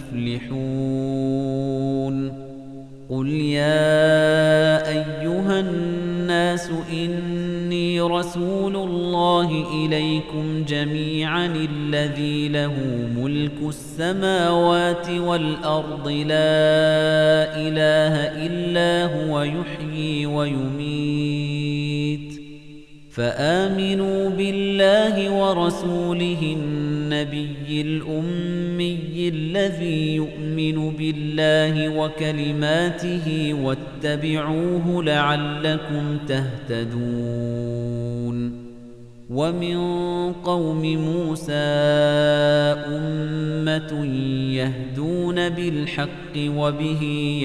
Speaker 1: المفلحون قل يا أيها الناس إني رسول الله إليكم جميعا الذي له ملك السماوات والأرض لا إله إلا هو يحيي ويميت فآمنوا بالله ورسوله النبي الأمي الذي يؤمن بالله وكلماته واتبعوه لعلكم تهتدون ومن قوم موسى أمة يهدون بالحق وبه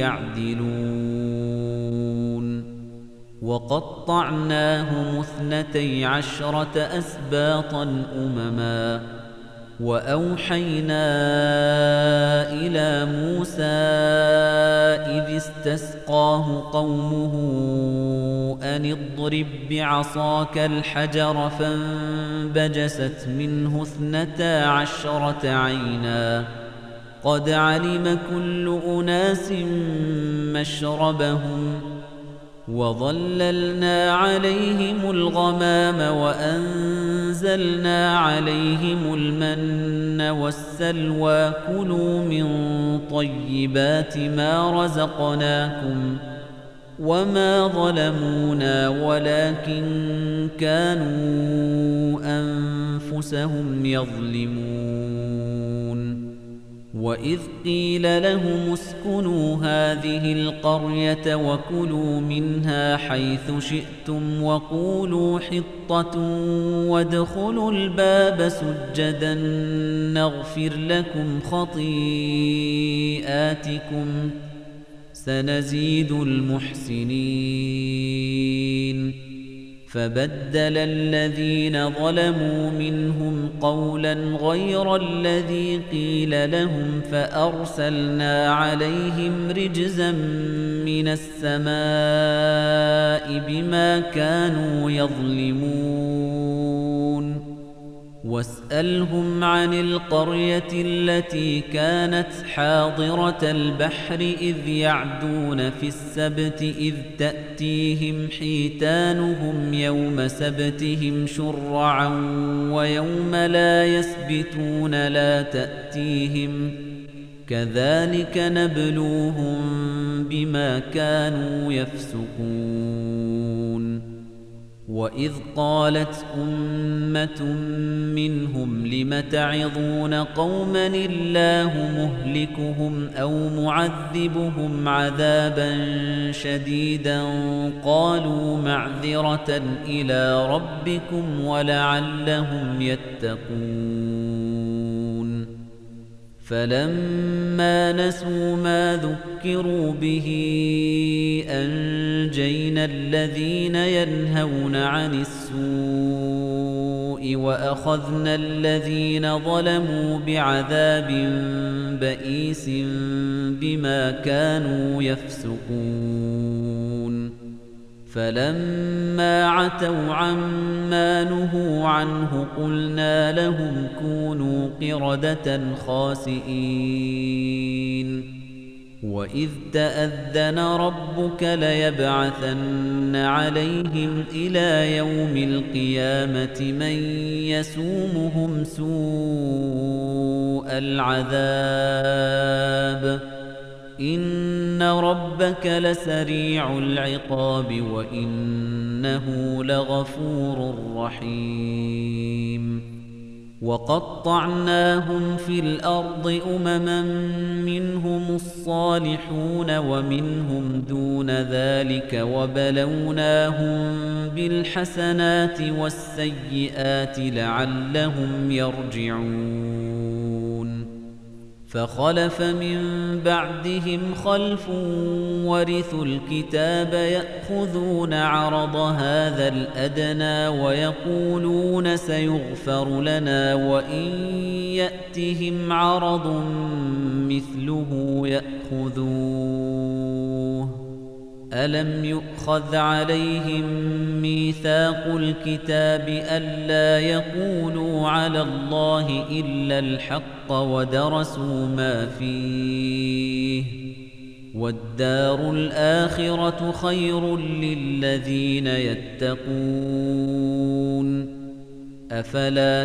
Speaker 1: يعدلون وقطعناهم اثنتي عشرة أسباطا أمما وأوحينا إلى موسى إذ استسقاه قومه أن اضرب بعصاك الحجر فانبجست منه اثنتا عشرة عينا قد علم كل أناس مشربهم وظللنا عليهم الغمام وأنزلنا عليهم المن والسلوى كلوا من طيبات ما رزقناكم وما ظلمونا ولكن كانوا أنفسهم يظلمون وإذ قيل لهم اسكنوا هذه القرية وكلوا منها حيث شئتم وقولوا حطة وادخلوا الباب سجدا نغفر لكم خطيئاتكم سنزيد المحسنين فبدل الذين ظلموا منهم قولا غير الذي قيل لهم فأرسلنا عليهم رجزا من السماء بما كانوا يظلمون واسألهم عن القرية التي كانت حاضرة البحر إذ يعدون في السبت إذ تأتيهم حيتانهم يوم سبتهم شرعا ويوم لا يسبتون لا تأتيهم كذلك نبلوهم بما كانوا يفسقون وإذ قالت أمة منهم لم تعظون قوما الله مهلكهم أو معذبهم عذابا شديدا قالوا معذرة إلى ربكم ولعلهم يتقون فلما نسوا ما ذكروا به أنجينا الذين ينهون عن السوء وأخذنا الذين ظلموا بعذاب بئيس بما كانوا يفسقون فلما عتوا عما نهوا عنه قلنا لهم كونوا قردة خاسئين وإذ تأذن ربك ليبعثن عليهم إلى يوم القيامة من يسومهم سوء العذاب إن ربك لسريع العقاب وإنه لغفور رحيم وقطعناهم في الأرض أمما منهم الصالحون ومنهم دون ذلك وبلوناهم بالحسنات والسيئات لعلهم يرجعون فخلف من بعدهم خلف ورثوا الكتاب يأخذون عرض هذا الأدنى ويقولون سيغفر لنا وإن يأتهم عرض مثله يأخذوه ألم يؤخذ عليهم ميثاق الكتاب ألا يقولوا على الله إلا الحق ودرسوا ما فيه والدار الآخرة خير للذين يتقون أفلا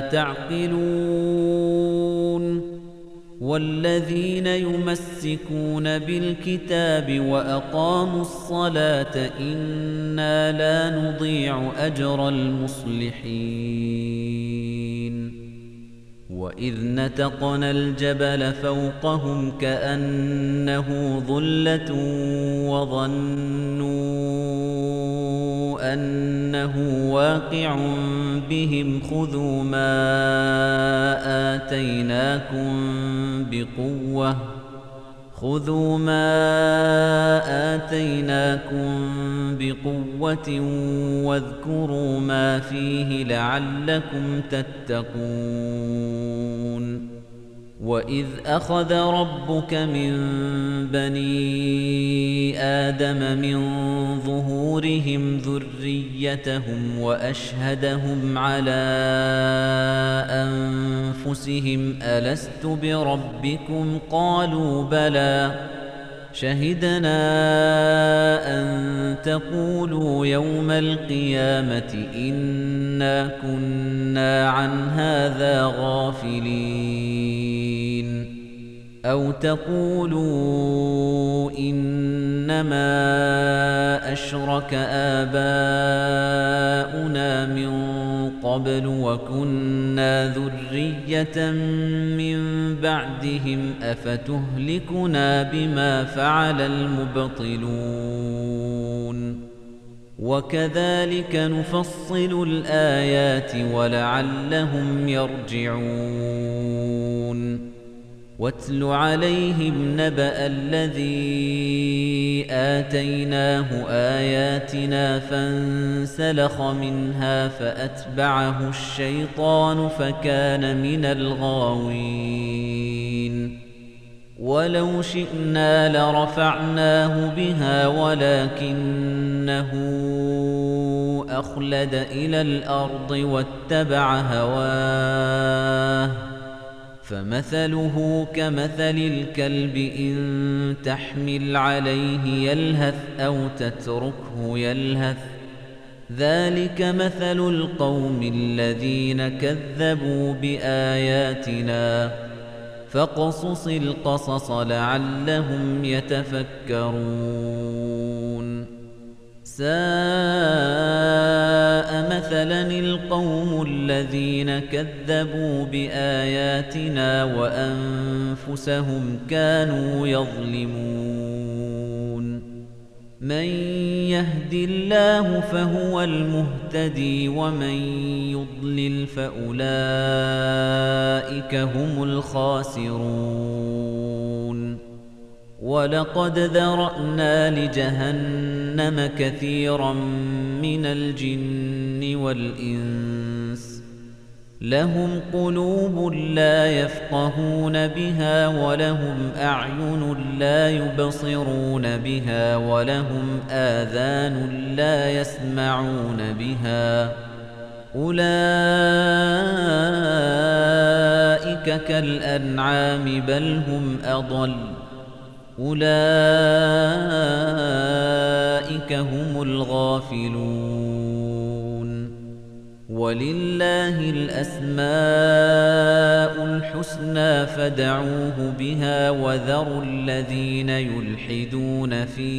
Speaker 1: تعقلون والذين يمسكون بالكتاب وأقاموا الصلاة إنا لا نضيع أجر المصلحين وإذ نتقنا الجبل فوقهم كأنه ظلة وظنوا أنه واقع بهم خذوا ما آتيناكم بقوة خذوا ما آتيناكم بقوة واذكروا ما فيه لعلكم تتقون وإذ أخذ ربك من بني آدم من ظهورهم ذريتهم وأشهدهم على أنفسهم ألست بربكم قالوا بلى شهدنا أن تقولوا يوم القيامة إنا كنا عن هذا غافلين أو تقولوا إنما أشرك آباؤنا من قبل وكنا ذرية من بعدهم أفتهلكنا بما فعل المبطلون وكذلك نفصل الآيات ولعلهم يرجعون واتل عليهم نبأ الذي آتيناه آياتنا فانسلخ منها فأتبعه الشيطان فكان من الغاوين ولو شئنا لرفعناه بها ولكنه أخلد إلى الأرض واتبع هواه فمثله كمثل الكلب إن تحمل عليه يلهث أو تتركه يلهث ذلك مثل القوم الذين كذبوا بآياتنا فاقصص القصص لعلهم يتفكرون ساء مثلا القوم الذين كذبوا بآياتنا وأنفسهم كانوا يظلمون من يهد الله فهو المهتدي ومن يضلل فأولئك هم الخاسرون ولقد ذرأنا لجهنم كثيرا من الجن والإنس لهم قلوب لا يفقهون بها ولهم أعين لا يبصرون بها ولهم آذان لا يسمعون بها أولئك كالأنعام بل هم أضل أولئك هم الغافلون ولله الأسماء الحسنى فادعوه بها وذروا الذين يلحدون في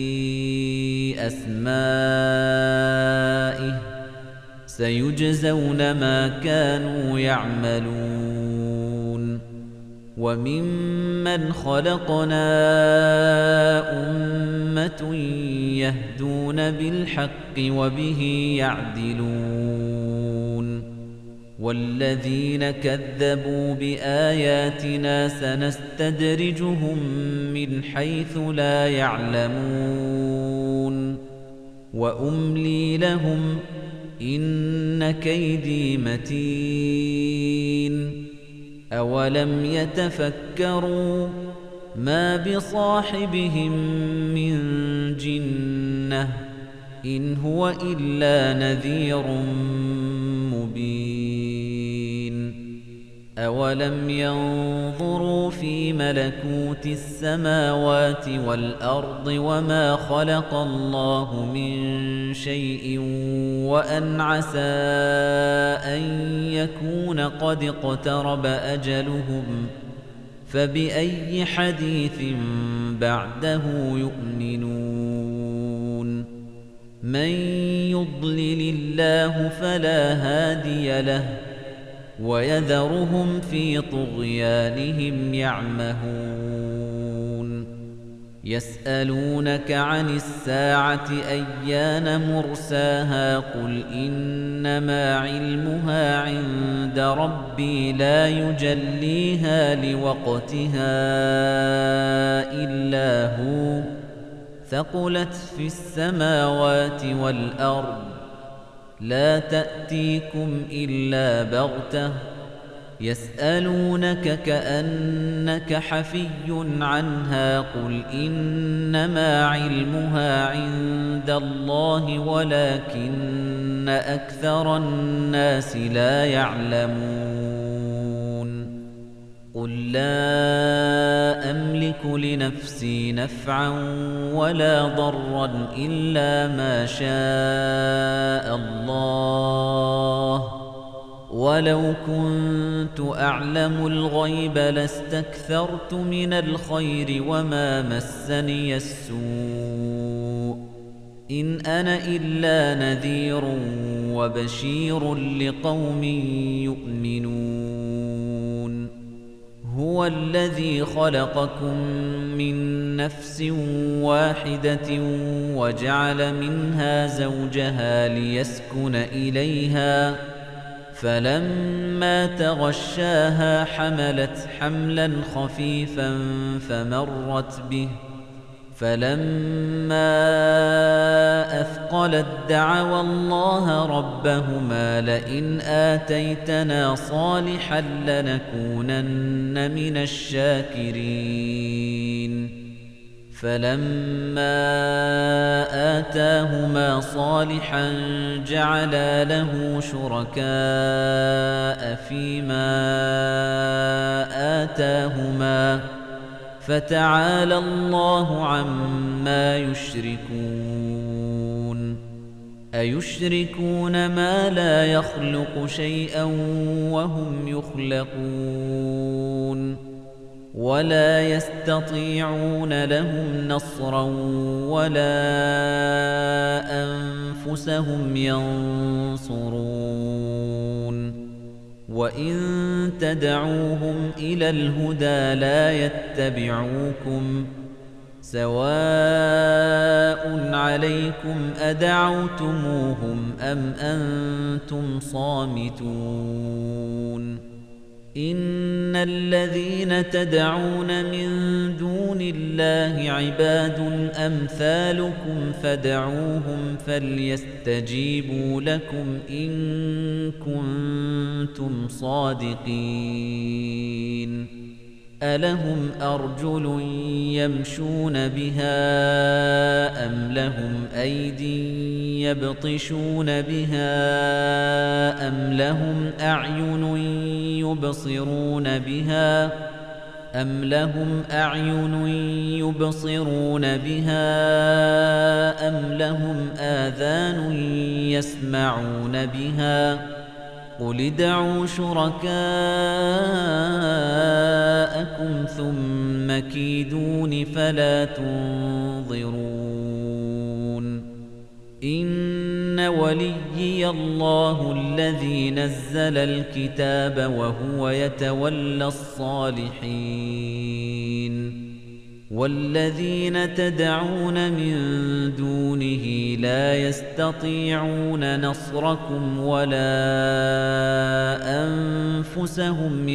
Speaker 1: أسمائه سيجزون ما كانوا يعملون وممن خلقنا أمة يهدون بالحق وبه يعدلون والذين كذبوا بآياتنا سنستدرجهم من حيث لا يعلمون وأملي لهم إن كيدي متين أولم يتفكروا ما بصاحبهم من جنة إن هو إلا نذير مبين أولم ينظروا في ملكوت السماوات والأرض وما خلق الله من شيء وأن عسى أن يكون قد اقترب أجلهم فبأي حديث بعده يؤمنون من يضلل الله فلا هادي له ويذرهم في طغيانهم يعمهون يسألونك عن الساعة أيان مرساها قل إنما علمها عند ربي لا يجليها لوقتها إلا هو ثقلت في السماوات والأرض لا تأتيكم إلا بغتة يسألونك كأنك حفي عنها قل إنما علمها عند الله ولكن أكثر الناس لا يعلمون قل لا أملك لنفسي نفعا ولا ضرا إلا ما شاء الله ولو كنت أعلم الغيب لاستكثرت من الخير وما مسني السوء إن أنا إلا نذير وبشير لقوم يؤمنون هو الذي خلقكم من نفس واحدة وجعل منها زوجها ليسكن إليها فلما تغشاها حملت حملا خفيفا فمرت به فلما أثقلت دعوا الله ربهما لئن آتيتنا صالحا لنكونن من الشاكرين فلما آتاهما صالحا جعلا له شركاء فيما آتاهما فتعالى الله عما يشركون أيشركون ما لا يخلق شيئا وهم يخلقون ولا يستطيعون لهم نصرا ولا أنفسهم ينصرون وإن تدعوهم إلى الهدى لا يتبعوكم سواء عليكم أدعوتموهم أم أنتم صامتون إن الذين تدعون من دون الله عباد أمثالكم فدعوهم فليستجيبوا لكم إن كنتم صادقين ألهم أرجل يمشون بها أم لهم أيدي يبطشون بها أم لهم أعين يبصرون بها أم لهم أعين يبصرون بها أم لهم آذان يسمعون بها قل ادعوا شركاءكم ثم كيدون فلا تنظرون إن وليي الله الذي نزل الكتاب وهو يتولى الصالحين والذين تدعون من دونه لا يستطيعون نصركم ولا أنفسهم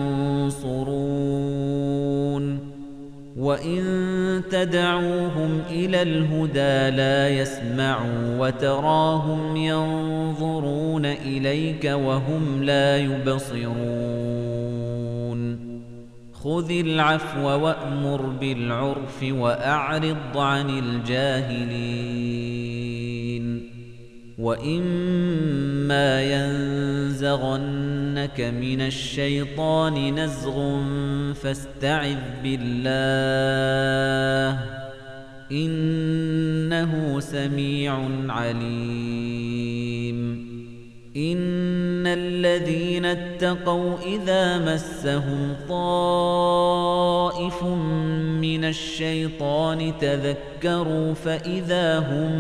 Speaker 1: ينصرون وإن تدعوهم إلى الهدى لا يسمعوا وتراهم ينظرون إليك وهم لا يبصرون خذ العفو وأمر بالعرف وأعرض عن الجاهلين وإما ينزغنك من الشيطان نزغ فاستعذ بالله إنه سميع عليم إن الذين اتقوا إذا مسهم طائف من الشيطان تذكروا فإذا هم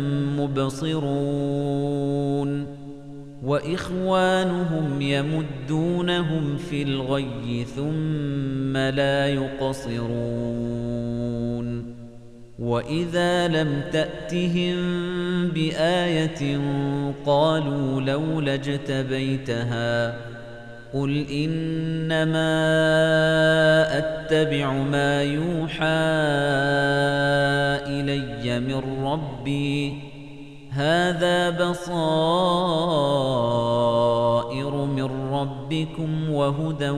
Speaker 1: مبصرون وإخوانهم يمدونهم في الغي ثم لا يقصرون وإذا لم تأتهم بآية قالوا لولا اجتبيتها قل إنما أتبع ما يوحى إلي من ربي هذا بصائر من ربكم وهدى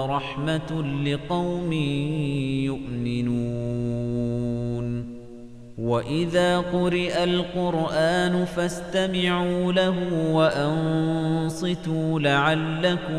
Speaker 1: ورحمة لقوم يؤمنون وَإِذَا قُرِئَ الْقُرْآنُ فَاسْتَمِعُوا لَهُ وَأَنصِتُوا لَعَلَّكُمْ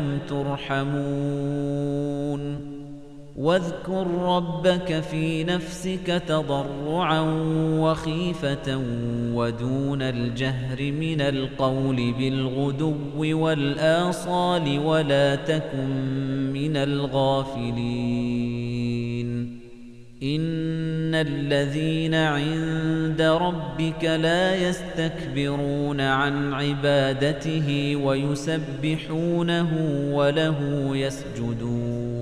Speaker 1: تُرْحَمُونَ وَاذْكُر رَّبَّكَ فِي نَفْسِكَ تَضَرُّعًا وَخِيفَةً وَدُونَ الْجَهْرِ مِنَ الْقَوْلِ بِالْغُدُوِّ وَالْآصَالِ وَلَا تَكُن مِّنَ الْغَافِلِينَ إِنَّ الَّذِينَ عِندَ رَبِّكَ لَا يَسْتَكْبِرُونَ عَنْ عِبَادَتِهِ وَيُسَبِّحُونَهُ وَلَهُ يَسْجُدُونَ